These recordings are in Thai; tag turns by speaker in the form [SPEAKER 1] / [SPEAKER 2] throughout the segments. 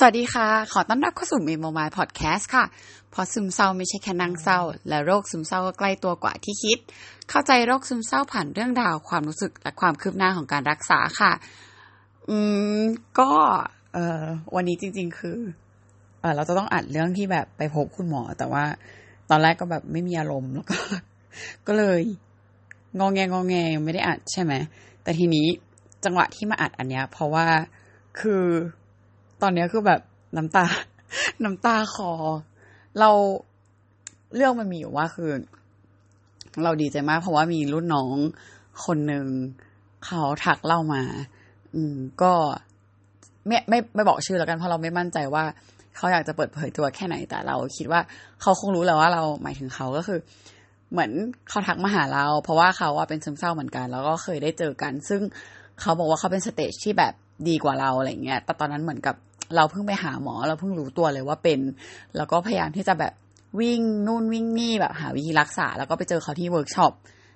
[SPEAKER 1] สวัสดีค่ะขอต้อนรับเข้าสู่ Memo My Podcast ค่ะเพราะซึมเศร้าไม่ใช่แค่นั่งเศร้าและโรคซึมเศร้าก็ใกล้ตัวกว่าที่คิดเข้าใจโรคซึมเศร้าผ่านเรื่องราวความรู้สึกและความคืบหน้าของการรักษาค่ะก็วันนี้จริงๆคือเราจะต้องอัดเรื่องที่แบบไปพบคุณหมอแต่ว่าตอนแรกก็แบบไม่มีอารมณ์แล้วก็เลยงอแงยังไม่ได้อัดใช่ไหมแต่ทีนี้จังหวะที่มาอัดอันเนี้ยเพราะว่าคือตอนนี้คือแบบน้ำตาคอเราเรื่องมันมีอยู่ว่าคือเราดีใจมากเพราะว่ามีรุ่นน้องคนหนึ่งเขาทักเล่ามาก็ไม่บอกชื่อแล้วกันเพราะเราไม่มั่นใจว่าเขาอยากจะเปิดเผยตัวแค่ไหนแต่เราคิดว่าเขาคงรู้แล้วว่าเราหมายถึงเขาก็คือเหมือนเขาทักมาหาเราเพราะว่าเขาเป็นซึมเศร้าเหมือนกันแล้วก็เคยได้เจอกันซึ่งเขาบอกว่าเขาเป็นสเตจที่แบบดีกว่าเราอะไรเงี้ยแต่ตอนนั้นเหมือนกับเราเพิ่งไปหาหมอเราเพิ่งรู้ตัวเลยว่าเป็นแล้วก็พยายามที่จะแบบวิ่งนู่นวิ่งนี่แบบหาวิธีรักษาแล้วก็ไปเจอเขาที่เวิร์กช็อป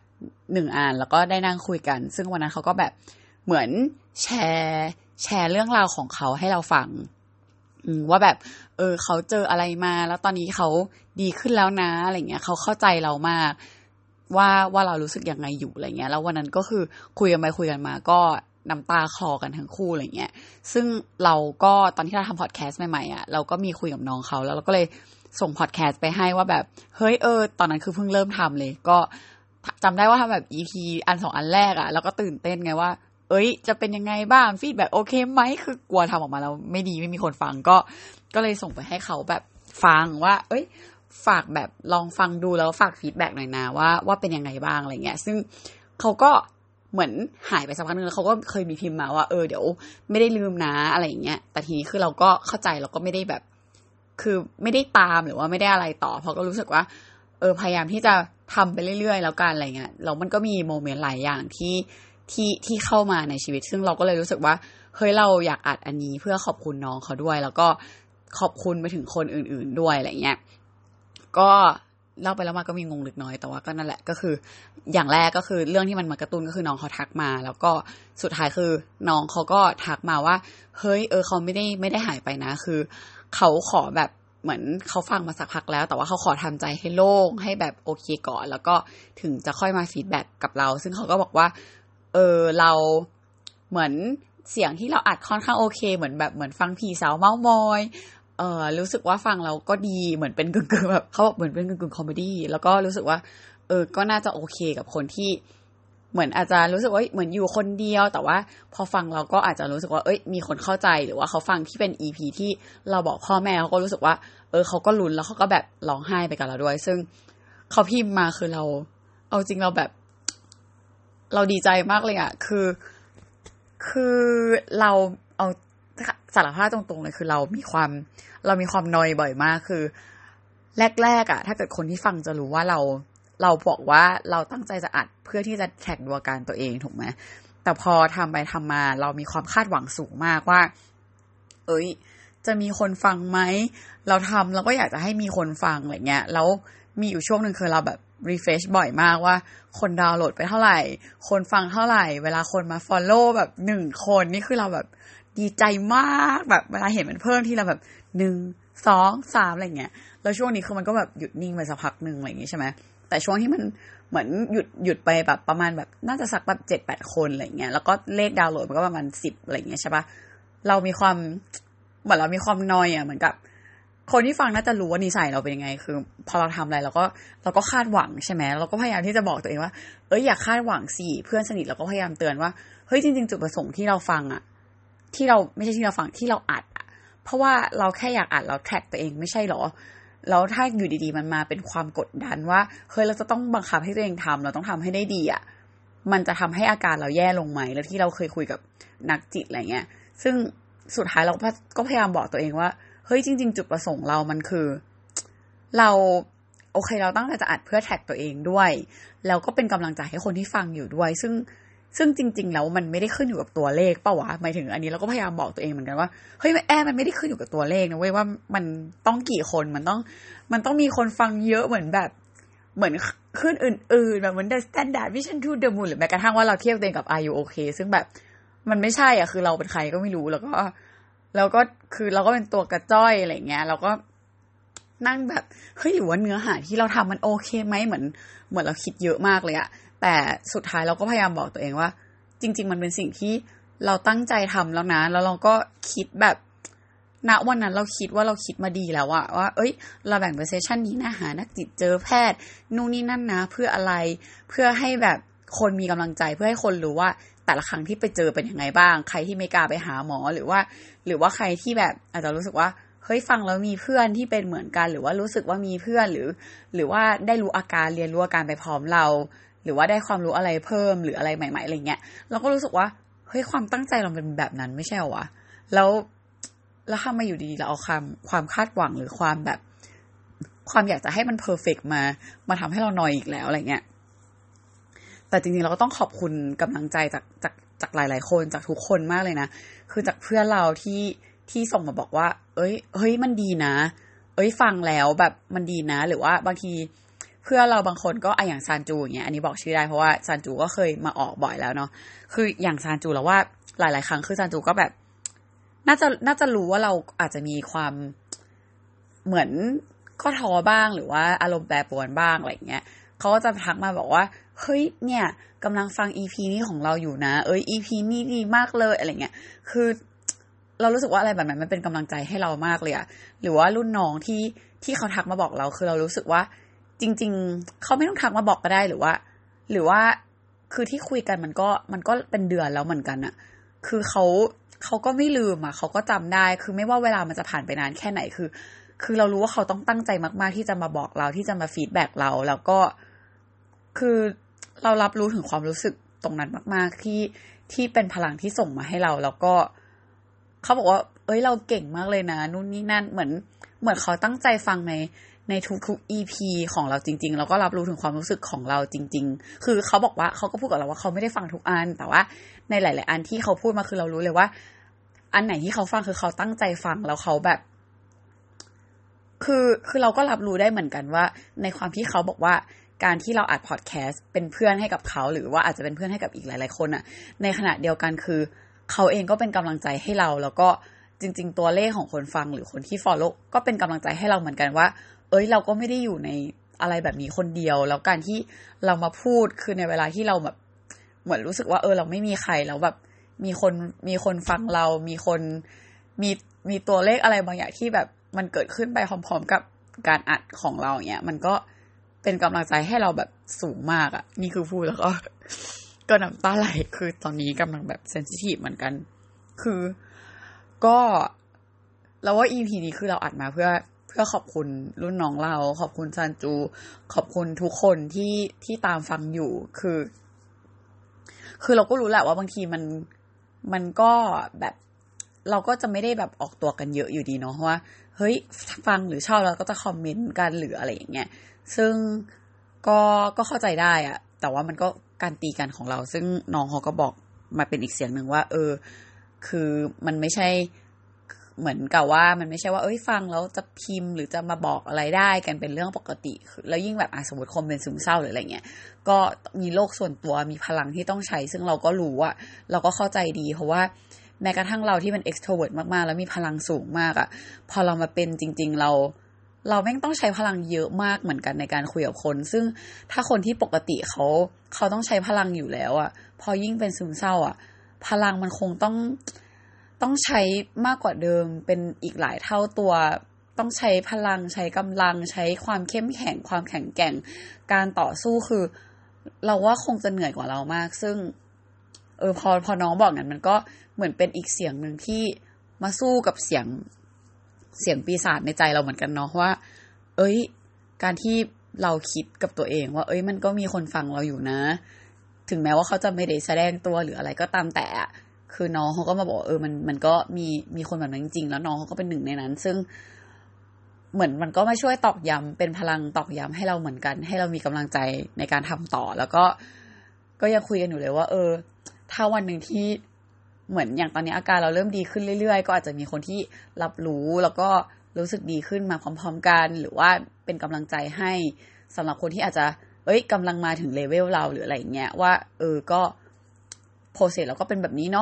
[SPEAKER 1] 1 อันแล้วก็ได้นั่งคุยกันซึ่งวันนั้นเขาก็แบบเหมือนแชร์เรื่องราวของเขาให้เราฟังว่าแบบเขาเจออะไรมาแล้วตอนนี้เขาดีขึ้นแล้วนะอะไรเงี้ยเขาเข้าใจเรามากว่าเรารู้สึกยังไงอยู่อะไรเงี้ยแล้ววันนั้นก็คือคุยกันไปคุยกันมาก็น้ำตาคลอกันทั้งคู่อะไรเงี้ยซึ่งเราก็ตอนที่เราทำพอดแคสต์ใหม่ๆเราก็มีคุยกับน้องเขาแล้วเราก็เลยส่งพอดแคสต์ไปให้ว่าแบบเฮ้ยตอนนั้นคือเพิ่งเริ่มทำเลยก็จำได้ว่าทำแบบ EP อัน2 อันแรกแล้วก็ตื่นเต้นไงว่าจะเป็นยังไงบ้างฟีดแบ็กโอเคไหมคือกลัวทำออกมาแล้วไม่ดีไม่มีคนฟังก็เลยส่งไปให้เขาแบบฟังว่าฝากแบบลองฟังดูแล้วฝากฟีดแบ็กหน่อยนะว่าเป็นยังไงบ้างอะไรเงี้ยซึ่งเขาก็เหมือนหายไปสักพักนึงแล้วเขาก็เคยมีพิมพ์มาว่าเดี๋ยวไม่ได้ลืมนะอะไรอย่างเงี้ยแต่ทีนี้คือเราก็เข้าใจเราก็ไม่ได้แบบคือไม่ได้ตามหรือว่าไม่ได้อะไรต่อเพราะก็รู้สึกว่าพยายามที่จะทำไปเรื่อยๆแล้วกันอะไรเงี้ยแล้วมันก็มีโมเมนต์หลายอย่างที่เข้ามาในชีวิตซึ่งเราก็เลยรู้สึกว่าเฮ้ยเราอยากอัดอันนี้เพื่อขอบคุณน้องเขาด้วยแล้วก็ขอบคุณไปถึงคนอื่นๆด้วยอะไรเงี้ยก็เล่าไปแล้วมาก็มีงงเล็กน้อยแต่ว่าก็นั่นแหละก็คืออย่างแรกก็คือเรื่องที่มันมากระตุ้นก็คือน้องเขาทักมาแล้วก็สุดท้ายคือน้องเขาก็ทักมาว่าเฮ้ยเขาไม่ได้หายไปนะคือเขาขอแบบเหมือนเขาฟังมาสักพักแล้วแต่ว่าเขาขอทำใจให้โล่งให้แบบโอเคก่อนแล้วก็ถึงจะค่อยมาฟีดแบ็กกับเราซึ่งเขาก็บอกว่าเราเหมือนเสียงที่เราอัดค่อนข้างโอเคเหมือนฟังผีสาวเม้ามอยรู้สึกว่าฟังเราก็ดีเหมือนเป็นกึ่งๆแบบเขาบอกเหมือนเป็นกึ่งๆคอมเมดี้แล้วก็รู้สึกว่าก็น่าจะโอเคกับคนที่เหมือนอาจจะรู้สึกว่าเหมือนอยู่คนเดียวแต่ว่าพอฟังเราก็อาจจะรู้สึกว่ามีคนเข้าใจหรือว่าเขาฟังที่เป็น EP ที่เราบอกพ่อแม่เขาก็รู้สึกว่าเขาก็ลุ้นแล้วเขาก็แบบร้องไห้ไปกับเราด้วยซึ่งเขาพิมพ์มาคือเราเอาจริงเราแบบเราดีใจมากเลยอ่ะคือเราเอาสารภาพตรงๆเลยคือเรามีความนอยบ่อยมากคือแรกๆถ้าเกิดคนที่ฟังจะรู้ว่าเราบอกว่าเราตั้งใจจะอัดเพื่อที่จะแท็กดูอาการตัวเองถูกไหมแต่พอทำไปทำมาเรามีความคาดหวังสูงมากว่าจะมีคนฟังไหมเราทำเราก็อยากจะให้มีคนฟังอะไรเงี้ยแล้วมีอยู่ช่วงนึงคือเราแบบrefresh บ่อยมากว่าคนดาวน์โหลดไปเท่าไหร่คนฟังเท่าไหร่เวลาคนมา follow แบบ1 คนนี่คือเราแบบดีใจมากแบบเวลาเห็นมันเพิ่มที่เราแบบ1 2 3อะไรเงี้ยแล้วช่วงนี้คือมันก็แบบหยุดนิ่งไปสักพักนึงอะไรอย่างงี้ใช่ไหมแต่ช่วงที่มันเหมือนหยุดไปแบบประมาณแบบน่าจะสักแบบ 7-8 คนอะไรเงี้ยแล้วก็เลขดาวน์โหลดมันก็ประมาณ10อะไรเงี้ยใช่ปะเรามีความเหมือนเรามีความนอยเหมือนกับคนที่ฟังน่าจะรู้ว่านิสัยเราเป็นยังไงคือพอเราทำอะไรเราก็คาดหวังใช่ไหมเราก็พยายามที่จะบอกตัวเองว่าอย่าคาดหวังสิเพื่อนสนิทเราก็พยายามเตือนว่าเฮ้ยจริงๆจุดประสงค์ที่เราฟังที่เราไม่ใช่ที่เราฟังที่เราอัดเพราะว่าเราแค่อยากอัดเราแทร็กตัวเองไม่ใช่หรอแล้วถ้าอยู่ดีๆมันมาเป็นความกดดันว่าเฮ้ยเราจะต้องบังคับให้ตัวเองทำเราต้องทำให้ได้ดีมันจะทำให้อาการเราแย่ลงไหมแล้วที่เราเคยคุยกับนักจิตอะไรเงี้ยซึ่งสุดท้ายเราก็พยายามบอกตัวเองว่าเฮ้ยจริงๆจุดประสงค์เรามันคือเราโอเคเราตั้งใจจะอัดเพื่อแท็กตัวเองด้วยแล้วก็เป็นกำลังใจให้คนที่ฟังอยู่ด้วยซึ่งจริงๆแล้วมันไม่ได้ขึ้นอยู่กับตัวเลขเปล่าวะหมายถึงอันนี้เราก็พยายามบอกตัวเองเหมือนกันว่าเฮ้ยมันไม่ได้ขึ้นอยู่กับตัวเลขนะเว้ยว่ามันต้องกี่คนมันต้องมีคนฟังเยอะเหมือนแบบเหมือนขึ้นอื่นๆแบบเหมือน The Standard Vision to the Moon หรือแม้กระทั่งว่าเราเทียบตัวเองกับ Are You Okay ซึ่งแบบมันไม่ใช่คือเราเป็นใครก็ไม่รู้แล้วก็แล้วก็คือเราก็เป็นตัวกระจ้อยอะไรเงี้ยเราก็นั่งแบบเฮ้ยหรือว่าเนื้อหาที่เราทำมันโอเคไหมเหมือนเราคิดเยอะมากเลยอะแต่สุดท้ายเราก็พยายามบอกตัวเองว่าจริงๆมันเป็นสิ่งที่เราตั้งใจทำแล้วนะแล้วเราก็คิดแบบณวันนั้นเราคิดว่าเราคิดมาดีแล้วอะว่าเอ้ยเราแบ่งเป็นเซสชันนี้นะหานักจิตเจอแพทย์นู่นนี่นั่นนะเพื่ออะไรเพื่อให้แบบคนมีกำลังใจเพื่อให้คนรู้ว่าแต่ละครั้งที่ไปเจอเป็นยังไงบ้างใครที่ไม่กล้าไปหาหมอหรือว่าใครที่แบบอาจจะรู้สึกว่าเฮ้ยฟังแล้วมีเพื่อนที่เป็นเหมือนกันหรือว่ารู้สึกว่ามีเพื่อนหรือว่าได้รู้อาการเรียนรู้อาการไปพร้อมเราหรือว่าได้ความรู้อะไรเพิ่มหรืออะไรใหม่ๆอะไรเงี้ยเราก็รู้สึกว่าเฮ้ยความตั้งใจเราเป็นแบบนั้นไม่ใช่เหรอวะแล้วทำไมอยู่ดีเราเอาความคาดหวังหรือความแบบความอยากจะให้มันเพอร์เฟกต์มาทำให้เรานอยอีกแล้วอะไรเงี้ยแต่จริงๆเราก็ต้องขอบคุณกำลังใจจากหลายๆคนจากทุกคนมากเลยนะคือจากเพื่อนเราที่ส่งมาบอกว่าเฮ้ยมันดีนะฟังแล้วแบบมันดีนะหรือว่าบางทีเพื่อนเราบางคนก็อย่างซานจูอย่างเงี้ยอันนี้บอกชื่อได้เพราะว่าซานจูก็เคยมาออกบ่อยแล้วเนาะคืออย่างซานจูแล้วว่าหลายๆครั้งคือซานจูก็แบบน่าจะรู้ว่าเราอาจจะมีความเหมือนข้อท้อบ้างหรือว่าอารมณ์แปรปรวนบ้างอะไรเงี้ยเขาก็จะทักมาบอกว่าเฮ้ยเนี่ยกำลังฟัง EP นี้ของเราอยู่นะEP นี้ดีมากเลยอะไรเงี้ยคือเรารู้สึกว่าอะไรแบบนั้นมันเป็นกำลังใจให้เรามากเลยอะหรือว่ารุ่นน้องที่เขาทักมาบอกเราคือเรารู้สึกว่าจริงๆเขาไม่ต้องทักมาบอกก็ได้หรือว่าคือที่คุยกันมันก็เป็นเดือนแล้วเหมือนกันอะคือเขาก็ไม่ลืมอะเขาก็จำได้คือไม่ว่าเวลามันจะผ่านไปนานแค่ไหนคือเรารู้ว่าเขาต้องตั้งใจมากๆที่จะมาบอกเราที่จะมาฟีดแบ็กเราแล้วก็คือเรารับรู้ถึงความรู้สึกตรงนั้นมากๆที่เป็นพลังที่ส่งมาให้เราแล้วก็เขาบอกว่าเราเก่งมากเลยนะนู่นนี่นั่นเหมือนเขาตั้งใจฟังในทุกๆ EP ของเราจริงๆแล้วก็รับรู้ถึงความรู้สึกของเราจริงๆคือเขาบอกว่าเขาก็พูดกับเราว่าเขาไม่ได้ฟังทุกอันแต่ว่าในหลายๆอันที่เขาพูดมาคือเรารู้เลยว่าอันไหนที่เขาฟังคือเขาตั้งใจฟังแล้วเขาแบบคือเราก็รับรู้ได้เหมือนกันว่าในความที่เขาบอกว่าการที่เราอัดพอดแคสต์เป็นเพื่อนให้กับเขาหรือว่าอาจจะเป็นเพื่อนให้กับอีกหลายๆคนอ่ะในขณะเดียวกันคือเขาเองก็เป็นกำลังใจให้เราแล้วก็จริงๆตัวเลขของคนฟังหรือคนที่ follow ก็เป็นกำลังใจให้เราเหมือนกันว่าเราก็ไม่ได้อยู่ในอะไรแบบนี้คนเดียวแล้วการที่เรามาพูดคือในเวลาที่เราแบบเหมือนรู้สึกว่าเราไม่มีใครแล้วแบบมีคนฟังเรามีคนมีตัวเลขอะไรบางอย่างที่แบบมันเกิดขึ้นไปพร้อมๆกับการอัดของเราอย่างเงี้ยมันก็เป็นกำลังใจให้เราแบบสูงมากอ่ะนี่คือพูดแล้วก็น้ำตาไหลคือตอนนี้กำลังแบบเซนซิทีฟเหมือนกันคือก็เราว่า EP นี้คือเราอัดมาเพื่อขอบคุณรุ่นน้องเราขอบคุณซานจูขอบคุณทุกคนที่ตามฟังอยู่คือเราก็รู้แหละว่าบางทีมันก็แบบเราก็จะไม่ได้แบบออกตัวกันเยอะอยู่ดีเนาะเพราะว่าเฮ้ยฟังหรือชอบเราก็จะคอมเมนต์กันหรืออะไรอย่างเงี้ยซึ่งก็เข้าใจได้อะแต่ว่ามันก็การตีกันของเราซึ่งน้องเขาก็บอกมาเป็นอีกเสียงหนึ่งว่าคือมันไม่ใช่เหมือนกับว่ามันไม่ใช่ว่าฟังแล้วจะพิมพ์หรือจะมาบอกอะไรได้กันเป็นเรื่องปกติแล้วยิ่งแบบสมมติคนเป็นซึมเศร้าหรืออะไรเงี้ยก็มีโลกส่วนตัวมีพลังที่ต้องใช้ซึ่งเราก็รู้อะเราก็เข้าใจดีเพราะว่าแม้กระทั่งเราที่เป็น extrovert มากๆแล้วมีพลังสูงมากอะพอเรามาเป็นจริงๆเราแม่งต้องใช้พลังเยอะมากเหมือนกันในการคุยกับคนซึ่งถ้าคนที่ปกติเขาต้องใช้พลังอยู่แล้วอะพอยิ่งเป็นซึมเศร้าอะพลังมันคงต้องใช้มากกว่าเดิมเป็นอีกหลายเท่าตัวต้องใช้พลังใช้กำลังใช้ความเข้มแข็งความแข็งแกร่งการต่อสู้คือเราว่าคงจะเหนื่อยกว่าเรามากซึ่งพอน้องบอกนั้นมันก็เหมือนเป็นอีกเสียงนึงที่มาสู้กับเสียงปีศาจในใจเราเหมือนกันเนาะว่าการที่เราคิดกับตัวเองว่ามันก็มีคนฟังเราอยู่นะถึงแม้ว่าเขาจะไม่ได้แสดงตัวหรืออะไรก็ตามแต่คือน้องเขาก็มาบอกมันก็มีคนแบบนั้นจริงๆแล้วน้องเขาก็เป็นหนึ่งในนั้นซึ่งเหมือนมันก็มาช่วยตอกย้ำเป็นพลังตอกย้ำให้เราเหมือนกันให้เรามีกำลังใจในการทำต่อแล้วก็ยังคุยกันอยู่เลยว่าถ้าวันหนึ่งที่เหมือนอย่างตอนนี้อาการเราเริ่มดีขึ้นเรื่อยๆก็อาจจะมีคนที่รับรู้แล้วก็รู้สึกดีขึ้นมาพร้อมๆกันหรือว่าเป็นกำลังใจให้สำหรับคนที่อาจจะกำลังมาถึงเลเวลเราหรืออะไรอย่างเงี้ยว่าก็โปรเซสเราก็เป็นแบบนี้เนาะ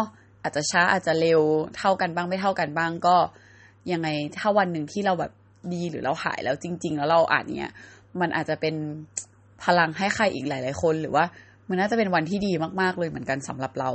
[SPEAKER 1] อาจจะช้าอาจจะเร็วเท่ากันบ้างไม่เท่ากันบ้างก็ยังไงถ้าวันหนึ่งที่เราแบบดีหรือเราหายแล้วจริงๆแล้วเราอ่านเนี่ยมันอาจจะเป็นพลังให้ใครอีกหลายๆคนหรือว่ามันน่าจะเป็นวันที่ดีมากๆเลยเหมือนกันสำหรับเรา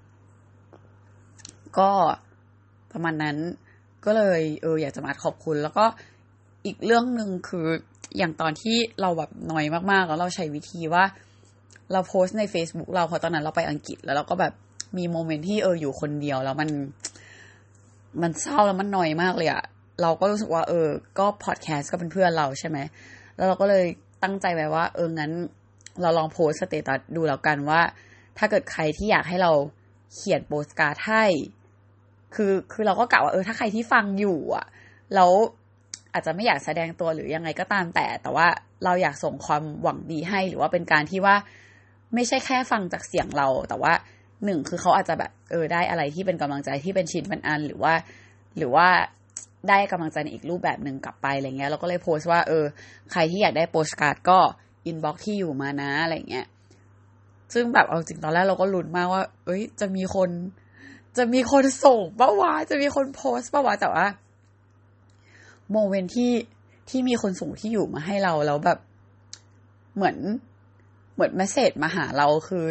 [SPEAKER 1] ก็ประมาณนั้นก็เลยอยากจะมาขอบคุณแล้วก็อีกเรื่องนึงคืออย่างตอนที่เราแบบนอยมากๆแล้วเราใช้วิธีว่าเราโพสต์ใน Facebook เราเพราะตอนนั้นเราไปอังกฤษแล้วเราก็แบบมีโมเมนต์ที่อยู่คนเดียวแล้วมันเศร้าแล้วมันนอยมากเลยอะเราก็รู้สึกว่าก็พอดแคสต์ก็เป็นเพื่อนเราใช่ไหมแล้วเราก็เลยตั้งใจไว้ว่างั้นเราลองโพสต์สเตตัสดูแล้วกันว่าถ้าเกิดใครที่อยากให้เราเขียนโปสการ์ดให้คือเราก็กะว่าถ้าใครที่ฟังอยู่อ่ะแล้วอาจจะไม่อยากแสดงตัวหรือยังไงก็ตามแต่ว่าเราอยากส่งความหวังดีให้หรือว่าเป็นการที่ว่าไม่ใช่แค่ฟังจากเสียงเราแต่ว่าหนึ่งคือเขาอาจจะแบบได้อะไรที่เป็นกำลังใจที่เป็นชิ้นเป็นอันหรือว่าได้กำลังใจในอีกรูปแบบนึงกลับไปอะไรเงี้ยเราก็เลยโพสต์ว่าใครที่อยากได้โปสการ์ดก็อินบ็อกซ์ที่อยู่มานะอะไรเงี้ยซึ่งแบบเอาจริงตอนแรกเราก็ลุ้นมากว่าจะมีคนส่งป่าวะจะมีคนโพสป่าวะแต่ว่าโมเมนต์ที่มีคนส่งที่อยู่มาให้เราแล้วแบบเหมือนเมสเสจมาหาเรา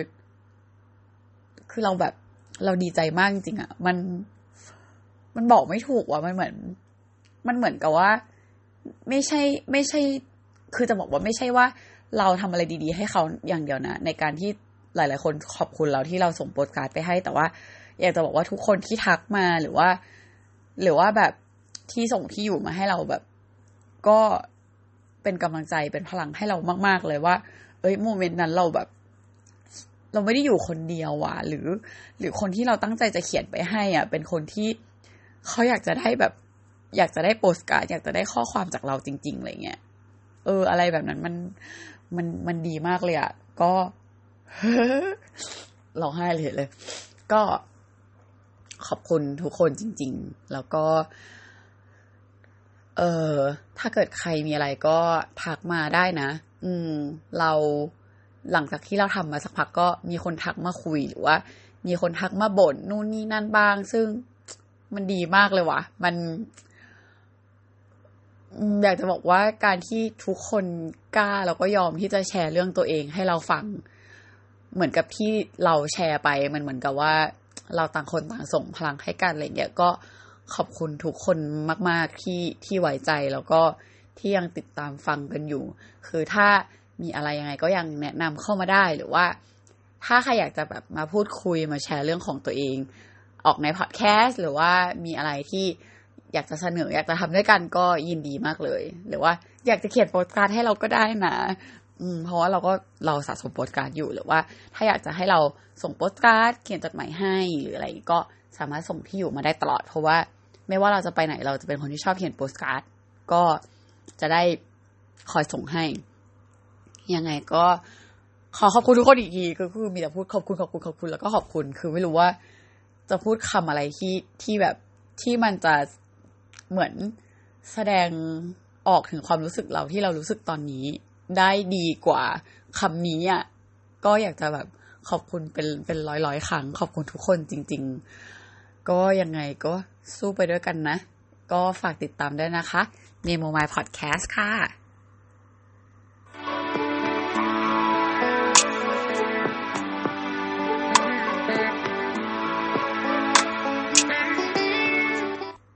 [SPEAKER 1] คือเราแบบเราดีใจมากจริงๆอ่ะมันบอกไม่ถูกว่ะมันเหมือนกับว่าไม่ใช่คือจะบอกว่าไม่ใช่ว่าเราทำอะไรดีๆให้เขาอย่างเดียวนะในการที่หลายๆคนขอบคุณเราที่เราส่งโปสการ์ดไปให้แต่ว่าอยากจะบอกว่าทุกคนที่ทักมาหรือว่าแบบที่ส่งที่อยู่มาให้เราแบบก็เป็นกำลังใจเป็นพลังให้เรามากๆเลยว่าโมเมนต์นั้นเราแบบเราไม่ได้อยู่คนเดียวว่ะหรือคนที่เราตั้งใจจะเขียนไปให้อ่ะเป็นคนที่เขาอยากจะได้แบบอยากจะได้โปสการ์ดอยากจะได้ข้อความจากเราจริงๆอะไรเงี้ยอะไรแบบนั้นมันดีมากเลยอ่ะก็ ร้องไห้เลยก็ขอบคุณทุกคนจริงๆแล้วก็ถ้าเกิดใครมีอะไรก็ทักมาได้นะเราหลังจากที่เราทำมาสักพักก็มีคนทักมาคุยหรือว่ามีคนทักมาบ่นนู่นนี่นั่นบ้างซึ่งมันดีมากเลยว่ะมันอยากจะบอกว่าการที่ทุกคนกล้าแล้วก็ยอมที่จะแชร์เรื่องตัวเองให้เราฟังเหมือนกับที่เราแชร์ไปมันเหมือนกับว่าเราต่างคนต่างส่งพลังให้กันอะไรเงี้ยก็ขอบคุณทุกคนมากๆที่ไว้ใจแล้วก็ที่ยังติดตามฟังกันอยู่คือถ้ามีอะไรยังไงก็ยังแนะนำเข้ามาได้หรือว่าถ้าใครอยากจะแบบมาพูดคุยมาแชร์เรื่องของตัวเองออกในพอดแคสต์หรือว่ามีอะไรที่อยากจะเสนออยากจะทำด้วยกันก็ยินดีมากเลยหรือว่าอยากจะเขียนโปสการ์ดให้เราก็ได้นะเพราะว่าเราสะสมโปสการ์ดอยู่หรือว่าถ้าอยากจะให้เราส่งโปสการ์ดเขียนจดหมายให้หรืออะไรก็สามารถส่งที่อยู่มาได้ตลอดเพราะว่าไม่ว่าเราจะไปไหนเราจะเป็นคนที่ชอบเขียนโปสการ์ดก็จะได้คอยส่งให้ยังไงก็ขอบคุณทุกคนอีกทีก็คือมีแต่พูดขอบคุณแล้วก็ขอบคุณคือไม่รู้ว่าจะพูดคำอะไรที่แบบที่มันจะเหมือนแสดงออกถึงความรู้สึกเราที่เรารู้สึกตอนนี้ได้ดีกว่าคำนี้อ่ะก็อยากจะแบบขอบคุณเป็นร้อยครั้งขอบคุณทุกคนจริงๆก็ยังไงก็สู้ไปด้วยกันนะก็ฝากติดตามด้วยนะคะ Memo My Podcast ค่ะ